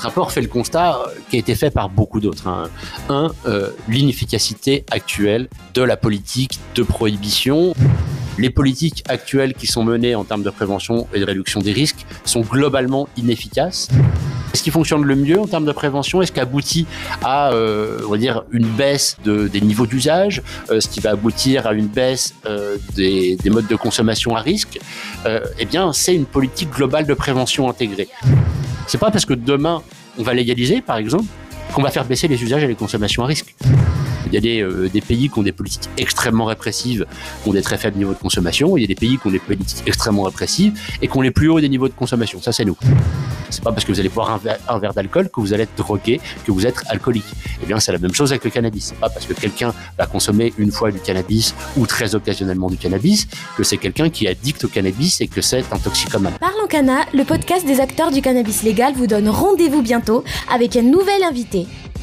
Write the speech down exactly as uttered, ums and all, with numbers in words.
rapport fait le constat qui a été fait par beaucoup d'autres. Hein. Un, euh, l'inefficacité actuelle de la politique de prohibition. Les politiques actuelles qui sont menées en termes de prévention et de réduction des risques sont globalement inefficaces. Est-ce qui fonctionne le mieux en termes de prévention? Est-ce qu'aboutit à, euh, on va dire, une baisse de, des niveaux d'usage? euh, Ce qui va aboutir à une baisse euh, des, des modes de consommation à risque? euh, Eh bien, c'est une politique globale de prévention intégrée. C'est pas parce que demain on va légaliser, par exemple, qu'on va faire baisser les usages et les consommations à risque. Il y a des, euh, des pays qui ont des politiques extrêmement répressives, qui ont des très faibles niveaux de consommation. Il y a des pays qui ont des politiques extrêmement répressives et qui ont les plus hauts des niveaux de consommation. Ça, c'est nous. C'est pas parce que vous allez boire un verre, un verre d'alcool que vous allez être drogué, que vous êtes alcoolique. Eh bien, c'est la même chose avec le cannabis. C'est pas parce que quelqu'un va consommer une fois du cannabis ou très occasionnellement du cannabis que c'est quelqu'un qui est addict au cannabis et que c'est un toxicomane. Parlons Cana, le podcast des acteurs du cannabis légal vous donne rendez-vous bientôt avec un nouvel invité.